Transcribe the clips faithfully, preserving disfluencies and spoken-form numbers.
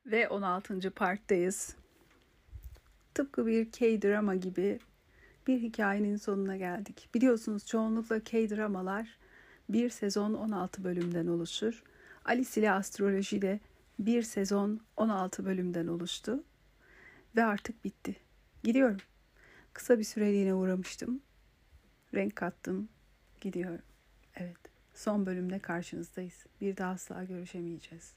Ve on altıncı parttayız. Tıpkı bir K-drama gibi bir hikayenin sonuna geldik. Biliyorsunuz çoğunlukla K-dramalar bir sezon on altı bölümden oluşur. Alice ile Astroloji de bir sezon on altı bölümden oluştu. Ve artık bitti. Gidiyorum. Kısa bir süreliğine uğramıştım. Renk kattım. Gidiyorum. Evet. Son bölümde karşınızdayız. Bir daha asla görüşemeyeceğiz.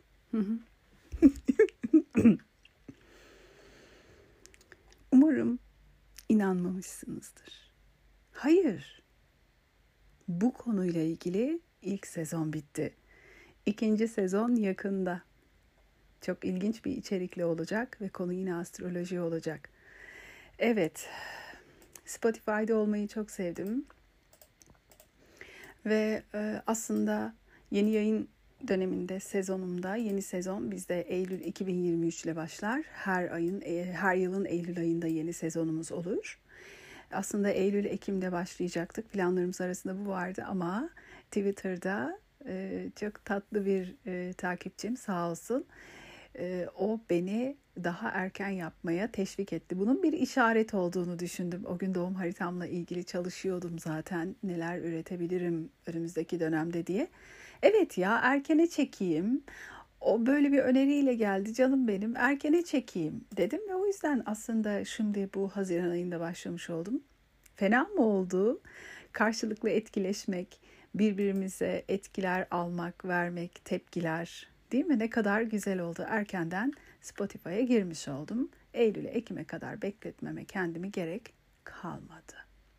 Umarım inanmamışsınızdır. Hayır. Bu konuyla ilgili ilk sezon bitti. İkinci sezon yakında. Çok ilginç bir içerikli olacak ve konu yine astroloji olacak. Evet. Spotify'da olmayı çok sevdim. Ve e, aslında yeni yayın döneminde, sezonumda, yeni sezon bizde Eylül iki bin yirmi üç ile başlar. Her ayın, her yılın Eylül ayında yeni sezonumuz olur. Aslında Eylül-Ekim'de başlayacaktık. Planlarımız arasında bu vardı ama Twitter'da e, çok tatlı bir e, takipçim sağ olsun. E, o beni daha erken yapmaya teşvik etti. Bunun bir işaret olduğunu düşündüm. O gün doğum haritamla ilgili çalışıyordum zaten. Neler üretebilirim önümüzdeki dönemde diye. Evet ya, erkene çekeyim. O böyle bir öneriyle geldi, canım benim, erkene çekeyim dedim ve o yüzden aslında şimdi bu Haziran ayında başlamış oldum. Fena mı oldu? Karşılıklı etkileşmek, birbirimize etkiler almak, vermek, tepkiler, değil mi? Ne kadar güzel oldu. Erkenden Spotify'a girmiş oldum. Eylül'e, Ekim'e kadar bekletmeme kendimi gerek kalmadı.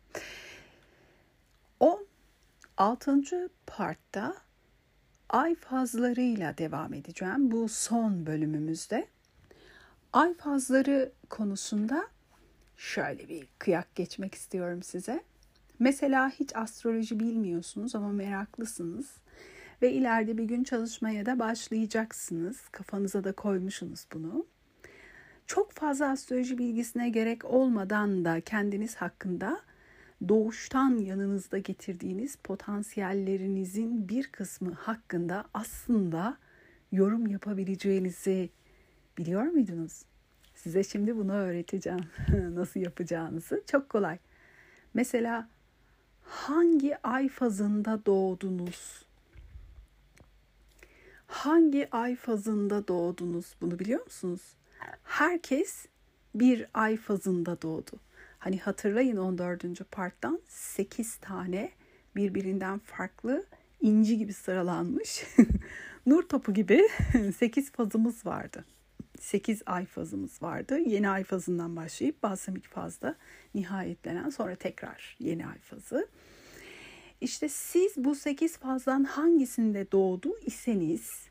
on altıncı partta ay fazlarıyla devam edeceğim bu son bölümümüzde. Ay fazları konusunda şöyle bir kıyak geçmek istiyorum size. Mesela hiç astroloji bilmiyorsunuz ama meraklısınız ve ileride bir gün çalışmaya da başlayacaksınız. Kafanıza da koymuşsunuz bunu. Çok fazla astroloji bilgisine gerek olmadan da kendiniz hakkında doğuştan yanınızda getirdiğiniz potansiyellerinizin bir kısmı hakkında aslında yorum yapabileceğinizi biliyor muydunuz? Size şimdi bunu öğreteceğim. Nasıl yapacağınızı. Çok kolay. Mesela hangi ay fazında doğdunuz? Hangi ay fazında doğdunuz? Bunu biliyor musunuz? Herkes bir ay fazında doğdu. Hani hatırlayın on dördüncü parttan sekiz tane birbirinden farklı inci gibi sıralanmış nur topu gibi sekiz fazımız vardı. sekiz ay fazımız vardı. Yeni ay fazından başlayıp balsamik fazda nihayetlenen, sonra tekrar yeni ay fazı. İşte siz bu sekiz fazdan hangisinde doğdu iseniz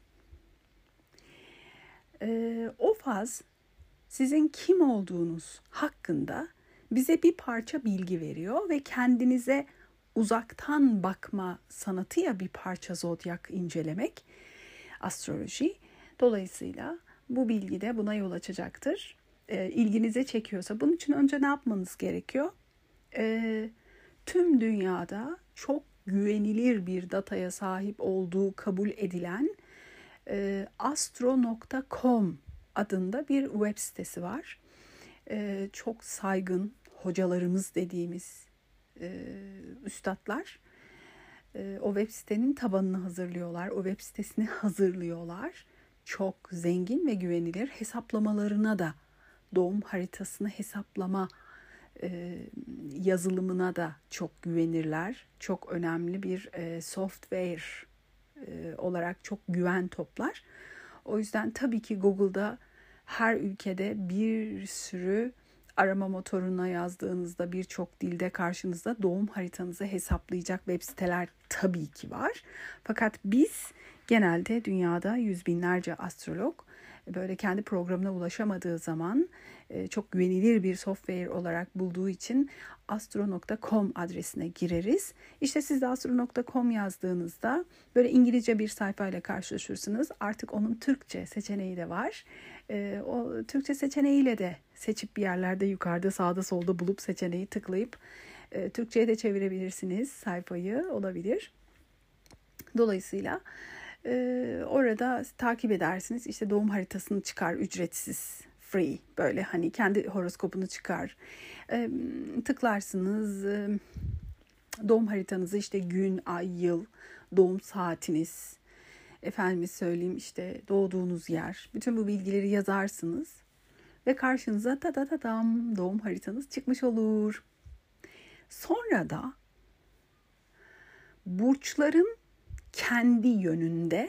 e, o faz sizin kim olduğunuz hakkında bize bir parça bilgi veriyor ve kendinize uzaktan bakma sanatı ya bir parça zodyak incelemek, astroloji. Dolayısıyla bu bilgi de buna yol açacaktır. E, ilginize çekiyorsa bunun için önce ne yapmanız gerekiyor? E, tüm dünyada çok güvenilir bir dataya sahip olduğu kabul edilen e, astro nokta com adında bir web sitesi var. E, çok saygın hocalarımız dediğimiz e, üstadlar e, o web sitenin tabanını hazırlıyorlar. O web sitesini hazırlıyorlar. Çok zengin ve güvenilir. Hesaplamalarına da, doğum haritasını hesaplama e, yazılımına da çok güvenirler. Çok önemli bir e, software e, olarak çok güven toplar. O yüzden tabii ki Google'da her ülkede bir sürü arama motoruna yazdığınızda birçok dilde karşınızda doğum haritanızı hesaplayacak web siteler tabii ki var. Fakat biz genelde dünyada yüz binlerce astrolog böyle kendi programına ulaşamadığı zaman çok güvenilir bir software olarak bulduğu için astro nokta com adresine gireriz. İşte siz de astro nokta com yazdığınızda böyle İngilizce bir sayfayla karşılaşırsınız. Artık onun Türkçe seçeneği de var. O Türkçe seçeneğiyle de seçip bir yerlerde yukarıda sağda solda bulup seçeneği tıklayıp Türkçe'ye de çevirebilirsiniz sayfayı, olabilir. Dolayısıyla Ee, orada takip edersiniz. İşte doğum haritasını çıkar ücretsiz. Free, böyle hani kendi horoskopunu çıkar. Ee, tıklarsınız. Ee, doğum haritanızı, işte gün, ay, yıl, doğum saatiniz, efendime söyleyeyim işte doğduğunuz yer. Bütün bu bilgileri yazarsınız. Ve karşınıza ta ta ta tam doğum haritanız çıkmış olur. Sonra da burçların kendi yönünde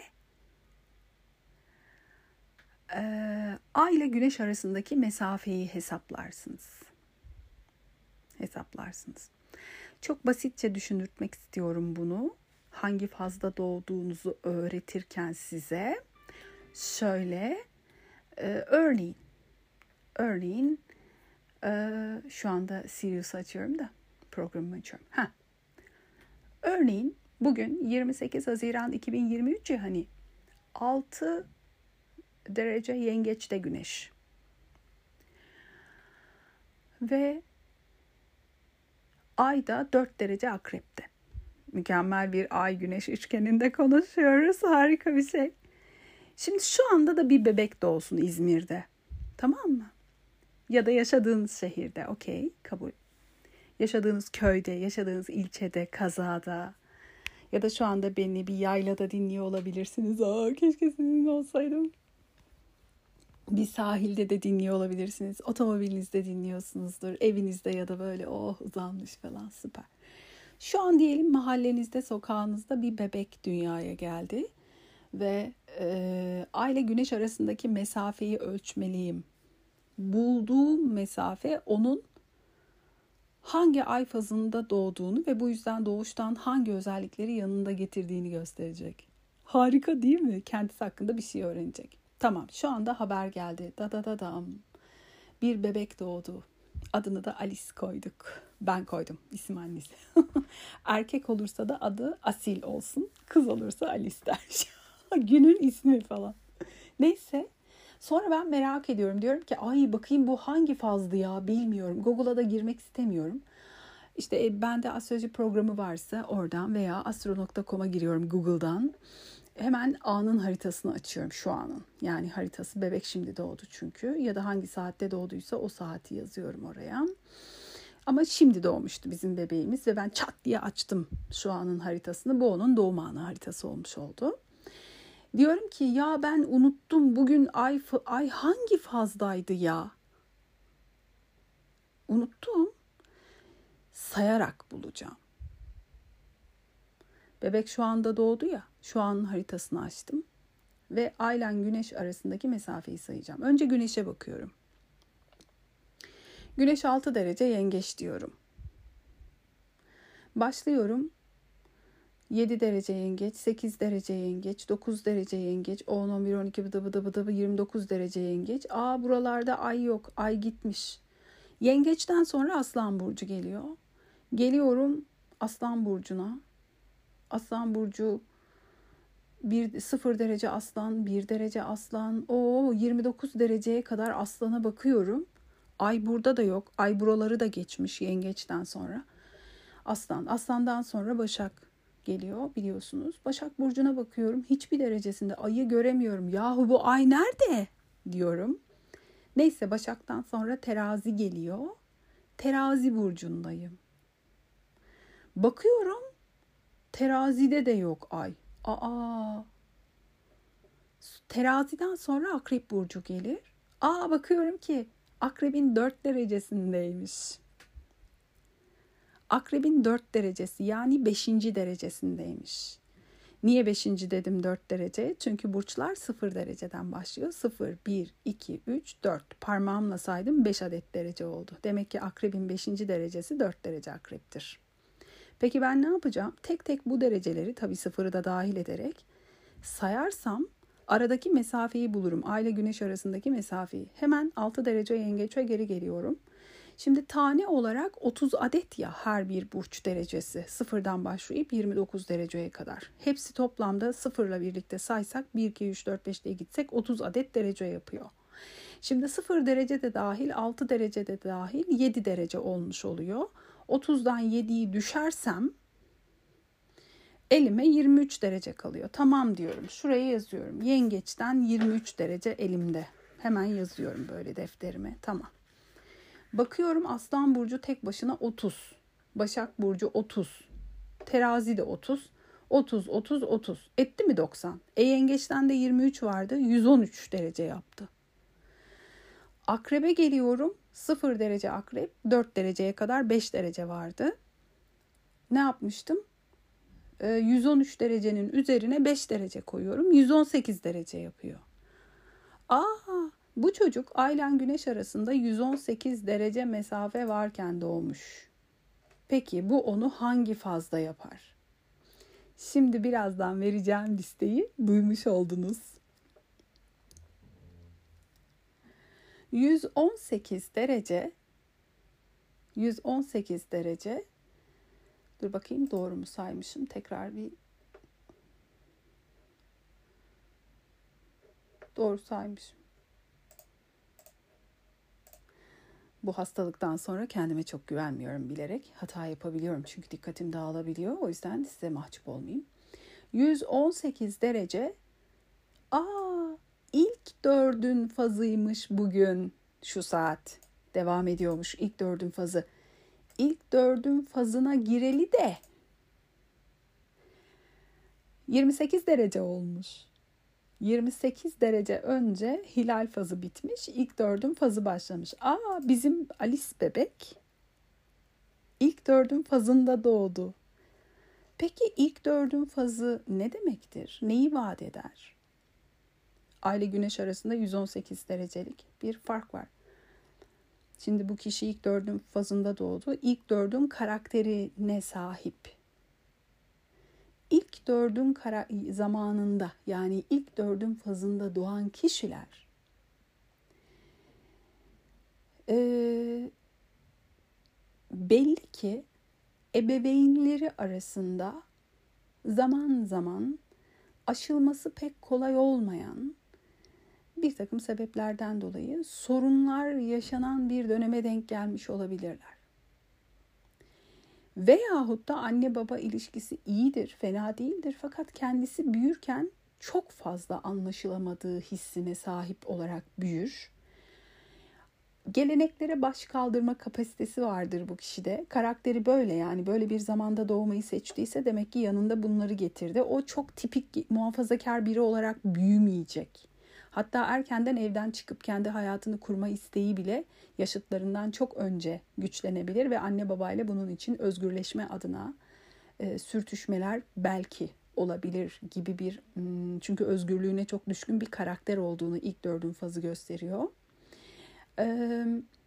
e, Ay ile Güneş arasındaki mesafeyi hesaplarsınız. Hesaplarsınız. Çok basitçe düşünürtmek istiyorum bunu. Hangi fazda doğduğunuzu öğretirken size şöyle e, örneğin örneğin e, şu anda Sirius açıyorum da programımı açıyorum. Ha. Örneğin bugün yirmi sekiz Haziran iki bin yirmi üç ya, hani altı derece yengeçte Güneş. Ve Ay da dört derece Akrep'te. Mükemmel bir Ay Güneş üçgeninde konuşuyoruz. Harika bir şey. Şimdi şu anda da bir bebek doğsun İzmir'de. Tamam mı? Ya da yaşadığınız şehirde. Okey, kabul. Yaşadığınız köyde, yaşadığınız ilçede, kazada. Ya da şu anda beni bir yaylada dinliyor olabilirsiniz. Aa, keşke sizinle olsaydım. Bir sahilde de dinliyor olabilirsiniz. Otomobilinizde dinliyorsunuzdur. Evinizde ya da böyle oh uzanmış falan, süper. Şu an diyelim mahallenizde, sokağınızda bir bebek dünyaya geldi. Ve e, Ay ile Güneş arasındaki mesafeyi ölçmeliyim. Bulduğum mesafe onun hangi ay fazında doğduğunu ve bu yüzden doğuştan hangi özellikleri yanında getirdiğini gösterecek. Harika değil mi? Kendisi hakkında bir şey öğrenecek. Tamam, şu anda haber geldi. Da da da dam. Bir bebek doğdu. Adını da Alice koyduk. Ben koydum, isim annesi. Erkek olursa da adı Asil olsun. Kız olursa Alice der. Günün ismi falan. Neyse. Sonra ben merak ediyorum. Diyorum ki ay bakayım bu hangi fazdı ya, bilmiyorum. Google'a da girmek istemiyorum. İşte e, bende astroloji programı varsa oradan veya astro nokta com'a giriyorum Google'dan. Hemen anın haritasını açıyorum, şu anın. Yani haritası, bebek şimdi doğdu çünkü. Ya da hangi saatte doğduysa o saati yazıyorum oraya. Ama şimdi doğmuştu bizim bebeğimiz ve ben çat diye açtım şu anın haritasını. Bu onun doğum anı haritası olmuş oldu. Diyorum ki ya ben unuttum, bugün ay, ay hangi fazdaydı ya? Unuttum. Sayarak bulacağım. Bebek şu anda doğdu ya. Şu anın haritasını açtım. Ve Ay ile Güneş arasındaki mesafeyi sayacağım. Önce Güneş'e bakıyorum. Güneş altı derece yengeç diyorum. Başlıyorum. yedi derece yengeç, sekiz derece yengeç, dokuz derece yengeç, on, on bir, on iki, bıdı bıdı bıdı yirmi dokuz derece yengeç. Aa, buralarda ay yok, ay gitmiş. Yengeçten sonra Aslan Burcu geliyor. Geliyorum Aslan Burcu'na. Aslan Burcu bir, sıfır derece Aslan, bir derece Aslan. O yirmi dokuz dereceye kadar Aslan'a bakıyorum. Ay burada da yok. Ay buraları da geçmiş yengeçten sonra. Aslan, Aslan'dan sonra Başak geliyor biliyorsunuz. Başak Burcu'na bakıyorum. Hiçbir derecesinde ayı göremiyorum. Yahu bu ay nerede diyorum. Neyse, Başak'tan sonra Terazi geliyor. Terazi Burcu'ndayım. Bakıyorum. Terazide de yok ay. Aa. Teraziden sonra Akrep Burcu gelir. Aa, bakıyorum ki Akrebin dört derecesindeymiş. Akrebin dört derecesi, yani beşinci derecesindeymiş. Niye beşinci dedim dört derece? Çünkü burçlar sıfır dereceden başlıyor. sıfır, bir, iki, üç, dört. Parmağımla saydım, beş adet derece oldu. Demek ki Akrebin beşinci derecesi dört derece Akrep'tir. Peki ben ne yapacağım? Tek tek bu dereceleri, tabii sıfırı da dahil ederek sayarsam aradaki mesafeyi bulurum. Ay ile Güneş arasındaki mesafeyi. Hemen altı derece yengeçe geri geliyorum. Şimdi tane olarak otuz adet ya her bir burç derecesi. Sıfırdan başlayıp yirmi dokuz dereceye kadar. Hepsi toplamda sıfırla birlikte saysak bir, iki, üç, dört, beş diye gitsek otuz adet derece yapıyor. Şimdi sıfır derece de dahil, altı derece de dahil yedi derece olmuş oluyor. otuzdan yediyi düşersem Elime yirmi üç derece kalıyor. Tamam diyorum. Şuraya yazıyorum. Yengeçten yirmi üç derece elimde. Hemen yazıyorum böyle defterime. Tamam. Bakıyorum Aslan burcu tek başına otuz. Başak burcu otuz. Terazi de otuz. otuz, otuz, otuz. Etti mi doksan? E yengeçten de yirmi üç vardı. yüz on üç derece yaptı. Akrebe geliyorum. sıfır derece akrep. dört dereceye kadar beş derece vardı. Ne yapmıştım? yüz on üç derecenin üzerine beş derece koyuyorum. yüz on sekiz derece yapıyor. Aa, bu çocuk Ay'la Güneş arasında yüz on sekiz derece mesafe varken doğmuş. Peki bu onu hangi fazda yapar? Şimdi birazdan vereceğim listeyi duymuş oldunuz. yüz on sekiz derece yüz on sekiz derece dur bakayım doğru mu saymışım? Tekrar bir doğru saymışım. Bu hastalıktan sonra kendime çok güvenmiyorum bilerek. Hata yapabiliyorum çünkü dikkatim dağılabiliyor. O yüzden size mahcup olmayayım. yüz on sekiz derece. Aa, ilk dördün fazıymış bugün şu saat. Devam ediyormuş ilk dördün fazı. İlk dördün fazına gireli de yirmi sekiz derece olmuş. yirmi sekiz derece önce hilal fazı bitmiş. İlk dördün fazı başlamış. Aa, bizim Alice bebek ilk dördün fazında doğdu. Peki ilk dördün fazı ne demektir? Neyi vaat eder? Ay ile Güneş arasında yüz on sekiz derecelik bir fark var. Şimdi bu kişi ilk dördün fazında doğdu. İlk dördün karakterine sahip. İlk dördün kara- zamanında yani ilk dördün fazında doğan kişiler ee, belli ki ebeveynleri arasında zaman zaman aşılması pek kolay olmayan bir takım sebeplerden dolayı sorunlar yaşanan bir döneme denk gelmiş olabilirler. Veyahut da anne baba ilişkisi iyidir, fena değildir fakat kendisi büyürken çok fazla anlaşılamadığı hissine sahip olarak büyür. Geleneklere baş kaldırma kapasitesi vardır bu kişide. Karakteri böyle yani böyle bir zamanda doğmayı seçtiyse demek ki yanında bunları getirdi. O çok tipik muhafazakar biri olarak büyümeyecek. Hatta erkenden evden çıkıp kendi hayatını kurma isteği bile yaşıtlarından çok önce güçlenebilir ve anne babayla bunun için özgürleşme adına e, sürtüşmeler belki olabilir gibi bir çünkü özgürlüğüne çok düşkün bir karakter olduğunu ilk dördün fazı gösteriyor. Ee,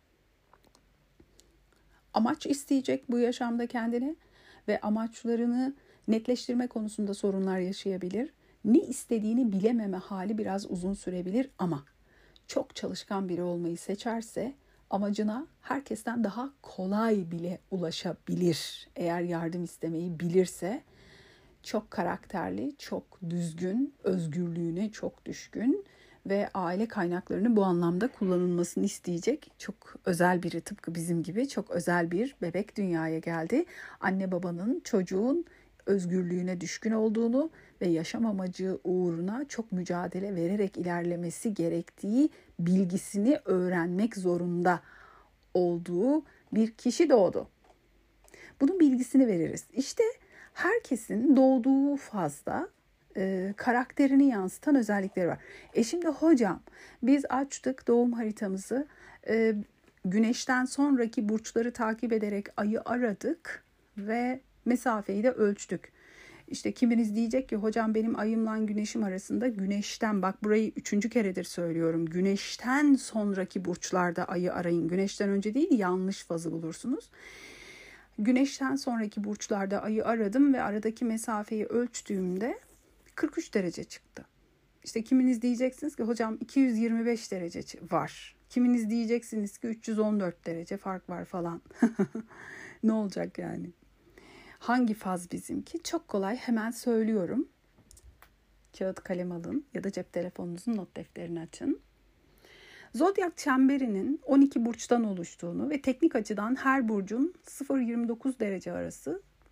amaç isteyecek bu yaşamda kendine ve amaçlarını netleştirme konusunda sorunlar yaşayabilir. Ne istediğini bilememe hali biraz uzun sürebilir ama çok çalışkan biri olmayı seçerse amacına herkesten daha kolay bile ulaşabilir. Eğer yardım istemeyi bilirse çok karakterli, çok düzgün, özgürlüğüne çok düşkün ve aile kaynaklarını bu anlamda kullanılmasını isteyecek çok özel biri, tıpkı bizim gibi çok özel bir bebek dünyaya geldi. Anne babanın çocuğun özgürlüğüne düşkün olduğunu ve yaşam amacı uğruna çok mücadele vererek ilerlemesi gerektiği bilgisini öğrenmek zorunda olduğu bir kişi doğdu. Bunun bilgisini veririz. İşte herkesin doğduğu fazda e, karakterini yansıtan özellikleri var. E şimdi hocam biz açtık doğum haritamızı, e, güneşten sonraki burçları takip ederek ayı aradık ve mesafeyi de ölçtük. İşte kiminiz diyecek ki hocam benim ayımla güneşim arasında güneşten, bak burayı üçüncü keredir söylüyorum, güneşten sonraki burçlarda ayı arayın. Güneşten önce değil, yanlış fazı bulursunuz. Güneşten sonraki burçlarda ayı aradım ve aradaki mesafeyi ölçtüğümde kırk üç derece çıktı. İşte kiminiz diyeceksiniz ki hocam iki yüz yirmi beş derece var. Kiminiz diyeceksiniz ki üç yüz on dört derece fark var falan. Ne olacak yani? Hangi faz bizimki? Çok kolay, hemen söylüyorum. Kağıt kalem alın ya da cep telefonunuzun not defterini açın. Zodyak çemberinin on iki burçtan oluştuğunu ve teknik açıdan her burcun sıfır yirmi dokuz derece arası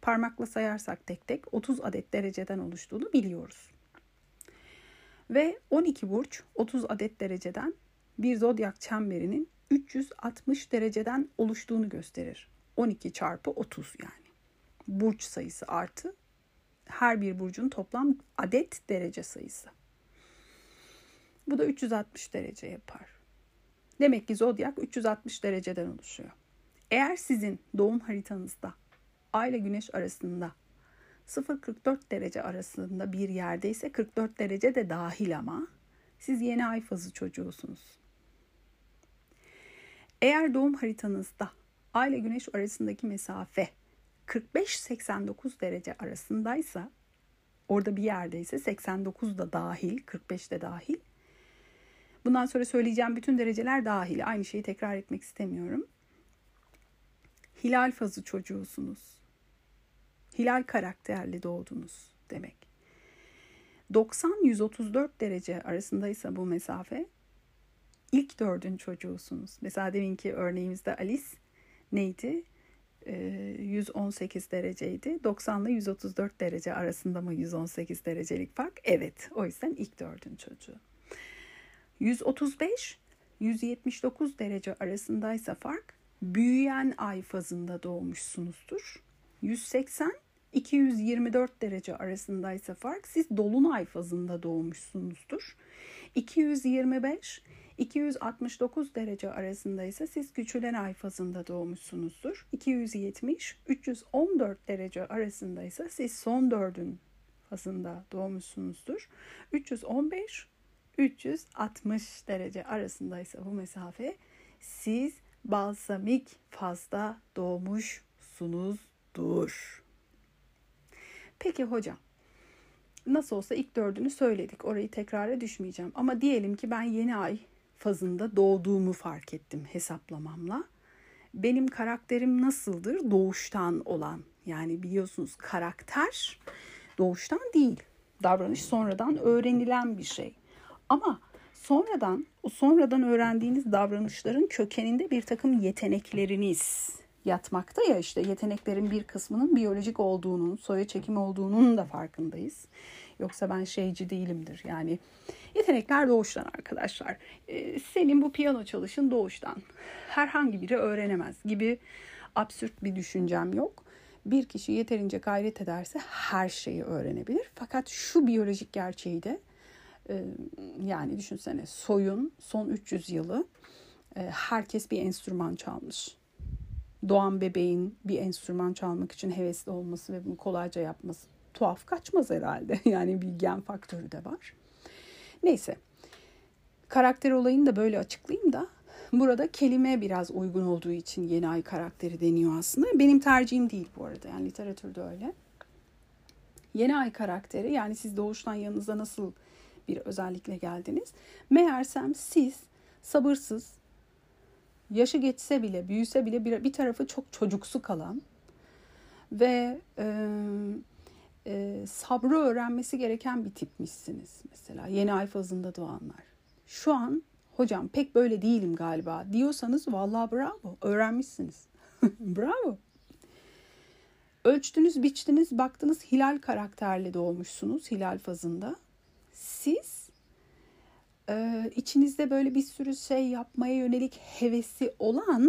parmakla sayarsak tek tek otuz adet dereceden oluştuğunu biliyoruz. Ve on iki burç otuz adet dereceden bir zodyak çemberinin üç yüz altmış dereceden oluştuğunu gösterir. on iki çarpı otuz yani. Burç sayısı artı her bir burcun toplam adet derece sayısı. Bu da üç yüz altmış derece yapar. Demek ki zodyak üç yüz altmış dereceden oluşuyor. Eğer sizin doğum haritanızda Ay ile Güneş arasında sıfır kırk dört derece arasında bir yerdeyse, kırk dört derece de dahil ama, siz yeni ay fazı çocuğusunuz. Eğer doğum haritanızda Ay ile Güneş arasındaki mesafe kırk beş seksen dokuz derece arasındaysa, orada bir yerdeyse, seksen dokuz da dahil, kırk beş de dahil. Bundan sonra söyleyeceğim bütün dereceler dahil. Aynı şeyi tekrar etmek istemiyorum. Hilal fazı çocuğusunuz. Hilal karakterli doğdunuz demek. doksan yüz otuz dört derece arasındaysa bu mesafe, ilk dördün çocuğusunuz. Mesela deminki örneğimizde Alice neydi? Ee, yüz on sekiz dereceydi. doksan ile yüz otuz dört derece arasında mı yüz on sekiz derecelik fark? Evet. O yüzden ilk dördün çocuğu. yüz otuz beş yüz yetmiş dokuz derece arasındaysa fark, büyüyen ay fazında doğmuşsunuzdur. yüz seksen iki yüz yirmi dört derece arasındaysa fark, siz dolunay fazında doğmuşsunuzdur. iki yüz yirmi beş iki yüz altmış dokuz derece arasındaysa siz küçülen ay fazında doğmuşsunuzdur. iki yüz yetmiş üç yüz on dört derece arasındaysa siz son dördün fazında doğmuşsunuzdur. üç yüz on beş üç yüz altmış derece arasındaysa bu mesafe, siz balsamik fazda doğmuşsunuzdur. Peki hocam, nasıl olsa ilk dördünü söyledik. Orayı tekrara düşmeyeceğim. Ama diyelim ki ben yeni ay fazında doğduğumu fark ettim hesaplamamla. Benim karakterim nasıldır? Doğuştan olan. Yani biliyorsunuz karakter doğuştan değil. Davranış sonradan öğrenilen bir şey. Ama sonradan, o sonradan öğrendiğiniz davranışların kökeninde bir takım yetenekleriniz yatmakta ya, işte yeteneklerin bir kısmının biyolojik olduğunun, soya çekimi olduğunun da farkındayız. Yoksa ben şeyci değilimdir. Yani yetenekler doğuştan arkadaşlar. Ee, senin bu piyano çalışın doğuştan. Herhangi biri öğrenemez gibi absürt bir düşüncem yok. Bir kişi yeterince gayret ederse her şeyi öğrenebilir. Fakat şu biyolojik gerçeği de, yani düşünsene, soyun son üç yüz yılı herkes bir enstrüman çalmış. Doğan bebeğin bir enstrüman çalmak için hevesli olması ve bunu kolayca yapması tuhaf kaçmaz herhalde. Yani bir gen faktörü de var. Neyse. Karakter olayını da böyle açıklayayım da, burada kelime biraz uygun olduğu için yeni ay karakteri deniyor aslında. Benim tercihim değil bu arada. Yani literatürde öyle. Yeni ay karakteri, yani siz doğuştan yanınıza nasıl bir özellikle geldiniz? Meğersem siz sabırsız, yaşı geçse bile, büyüse bile bir, bir tarafı çok çocuksu kalan ve e, e, sabrı öğrenmesi gereken bir tipmişsiniz mesela. Yeni ay fazında doğanlar. Şu an hocam pek böyle değilim galiba diyorsanız vallahi bravo, öğrenmişsiniz. Bravo. Ölçtünüz, biçtiniz, baktınız hilal karakterli doğmuşsunuz, hilal fazında. Siz e, içinizde böyle bir sürü şey yapmaya yönelik hevesi olan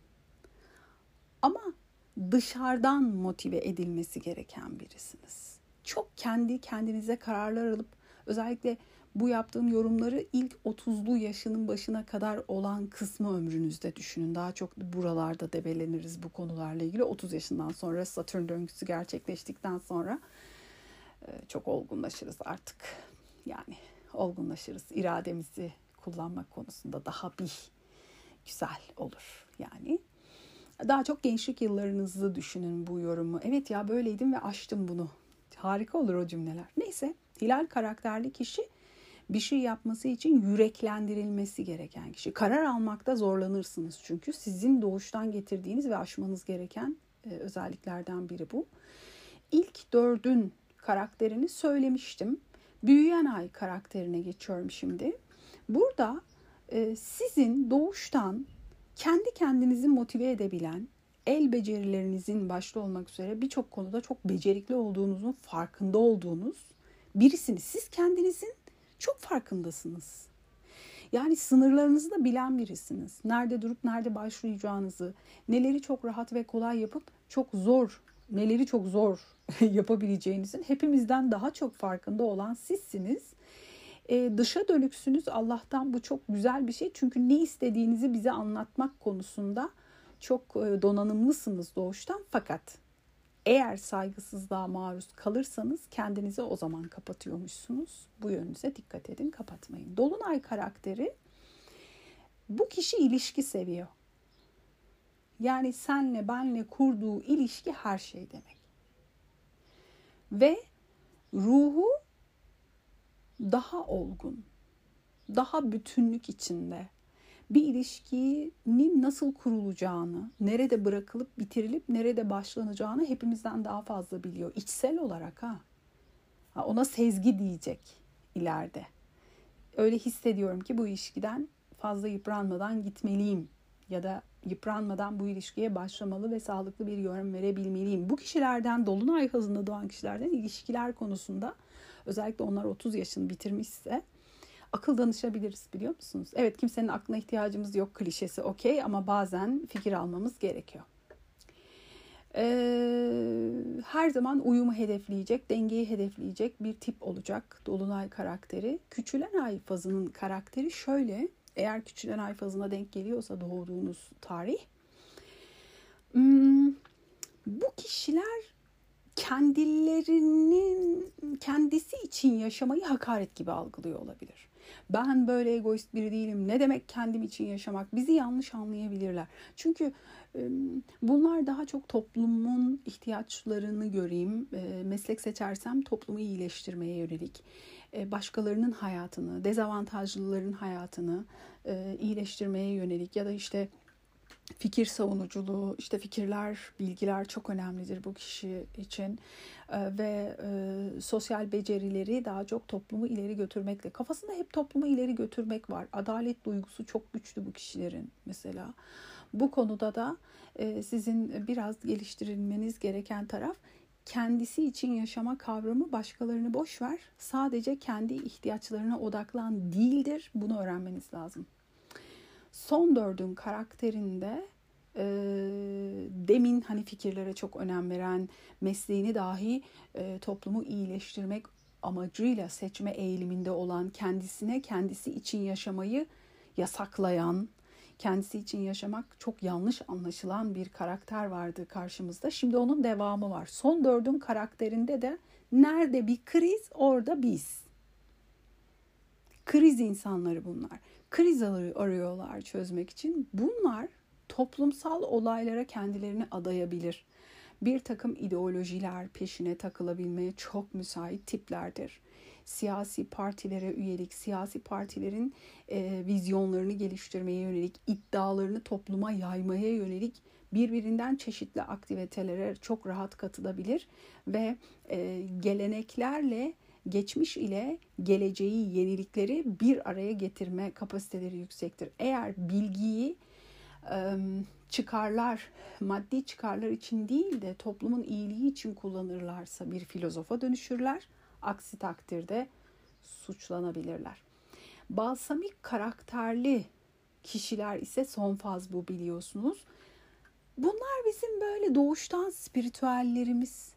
ama dışarıdan motive edilmesi gereken birisiniz. Çok kendi kendinize kararlar alıp, özellikle bu yaptığım yorumları ilk otuzlu yaşının başına kadar olan kısmı ömrünüzde düşünün. Daha çok buralarda debeleniriz bu konularla ilgili. otuz yaşından sonra, Satürn döngüsü gerçekleştikten sonra çok olgunlaşırız artık. Yani olgunlaşırız. İrademizi kullanmak konusunda daha bir güzel olur yani. Daha çok gençlik yıllarınızı düşünün bu yorumu. Evet ya, böyleydim ve aştım bunu. Harika olur o cümleler. Neyse, hilal karakterli kişi bir şey yapması için yüreklendirilmesi gereken kişi. Karar almakta zorlanırsınız çünkü sizin doğuştan getirdiğiniz ve aşmanız gereken e, özelliklerden biri bu. İlk dördün karakterini söylemiştim. Büyüyen ay karakterine geçiyorum şimdi. Burada e, sizin doğuştan kendi kendinizi motive edebilen, el becerilerinizin başta olmak üzere birçok konuda çok becerikli olduğunuzun farkında olduğunuz birisiniz. Siz kendinizin çok farkındasınız. Yani sınırlarınızı da bilen birisiniz. Nerede durup nerede başlayacağınızı, neleri çok rahat ve kolay yapıp çok zor, neleri çok zor yapabileceğinizin hepimizden daha çok farkında olan sizsiniz. E, dışa dönüksünüz. Allah'tan bu çok güzel bir şey. Çünkü ne istediğinizi bize anlatmak konusunda çok e, donanımlısınız doğuştan. Fakat eğer saygısızlığa maruz kalırsanız kendinizi o zaman kapatıyormuşsunuz. Bu yönünüze dikkat edin, kapatmayın. Dolunay karakteri bu kişi ilişki seviyor. Yani senle benle kurduğu ilişki her şey demek. Ve ruhu daha olgun, daha bütünlük içinde. Bir ilişkinin nasıl kurulacağını, nerede bırakılıp bitirilip nerede başlanacağını hepimizden daha fazla biliyor. İçsel olarak ha. Ona sezgi diyecek ileride. Öyle hissediyorum ki bu ilişkiden fazla yıpranmadan gitmeliyim ya da yıpranmadan bu ilişkiye başlamalı ve sağlıklı bir yön verebilmeliyim. Bu kişilerden, dolunay hızında doğan kişilerden ilişkiler konusunda, özellikle onlar otuz yaşını bitirmişse akıl danışabiliriz, biliyor musunuz? Evet, kimsenin aklına ihtiyacımız yok klişesi okey, ama bazen fikir almamız gerekiyor. Ee, her zaman uyumu hedefleyecek, dengeyi hedefleyecek bir tip olacak dolunay karakteri. Küçülen ay fazının karakteri şöyle, eğer küçülen ay fazına denk geliyorsa doğduğunuz tarih, hmm, bu kişiler kendilerinin kendisi için yaşamayı hakaret gibi algılıyor olabilir. Ben böyle egoist biri değilim. Ne demek kendim için yaşamak? Bizi yanlış anlayabilirler. Çünkü bunlar daha çok toplumun ihtiyaçlarını göreyim. Meslek seçersem toplumu iyileştirmeye yönelik. Başkalarının hayatını, dezavantajlıların hayatını iyileştirmeye yönelik ya da işte fikir savunuculuğu, işte fikirler, bilgiler çok önemlidir bu kişi için ee, ve e, sosyal becerileri daha çok toplumu ileri götürmekle. Kafasında hep toplumu ileri götürmek var. Adalet duygusu çok güçlü bu kişilerin mesela. Bu konuda da e, sizin biraz geliştirilmeniz gereken taraf, kendisi için yaşama kavramı başkalarını boş ver, sadece kendi ihtiyaçlarına odaklan değildir. Bunu öğrenmeniz lazım. Son dördün karakterinde e, demin hani fikirlere çok önem veren, mesleğini dahi e, toplumu iyileştirmek amacıyla seçme eğiliminde olan, kendisine kendisi için yaşamayı yasaklayan, kendisi için yaşamak çok yanlış anlaşılan bir karakter vardı karşımızda. Şimdi onun devamı var. Son dördün karakterinde de nerede bir kriz, orada biz. Kriz insanları bunlar. Kriz arıyorlar çözmek için. Bunlar toplumsal olaylara kendilerini adayabilir. Bir takım ideolojiler peşine takılabilmeye çok müsait tiplerdir. Siyasi partilere üyelik, siyasi partilerin e, vizyonlarını geliştirmeye yönelik, iddialarını topluma yaymaya yönelik birbirinden çeşitli aktivitelere çok rahat katılabilir ve e, geleneklerle, geçmiş ile geleceği, yenilikleri bir araya getirme kapasiteleri yüksektir. Eğer bilgiyi çıkarlar, maddi çıkarlar için değil de toplumun iyiliği için kullanırlarsa bir filozofa dönüşürler. Aksi takdirde suçlanabilirler. Balsamik karakterli kişiler ise son faz bu, biliyorsunuz. Bunlar bizim böyle doğuştan spiritüellerimiz.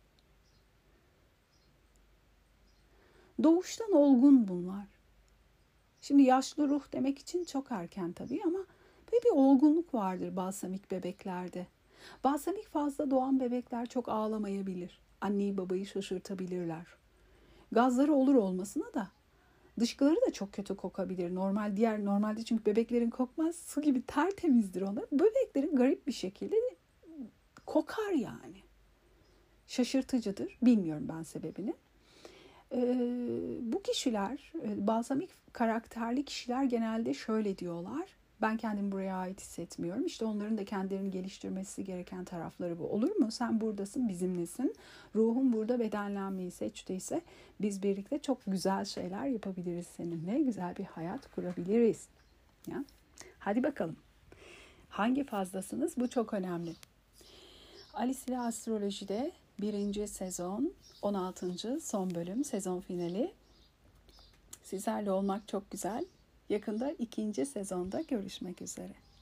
Doğuştan olgun bunlar. Şimdi yaşlı ruh demek için çok erken tabii, ama böyle bir olgunluk vardır balsamik bebeklerde. Balsamik fazla doğan bebekler çok ağlamayabilir. Anneyi babayı şaşırtabilirler. Gazları olur olmasına da dışkıları da çok kötü kokabilir. Normal diğer normalde çünkü bebeklerin kokmaz, su gibi tertemizdir onlar. Bebeklerin garip bir şekilde kokar yani. Şaşırtıcıdır. Bilmiyorum ben sebebini. Ee, bu kişiler, balsamik karakterli kişiler genelde şöyle diyorlar: ben kendimi buraya ait hissetmiyorum. İşte onların da kendilerini geliştirmesi gereken tarafları bu. Olur mu? Sen buradasın, bizimlesin. Ruhun burada bedenlenmeyi seçtiyse biz birlikte çok güzel şeyler yapabiliriz seninle. Güzel bir hayat kurabiliriz. Ya. Hadi bakalım. Hangi fazdasınız? Bu çok önemli. Alice ile Astroloji'de birinci sezon, on altıncı son bölüm, sezon finali. Sizlerle olmak çok güzel. Yakında ikinci sezonda görüşmek üzere.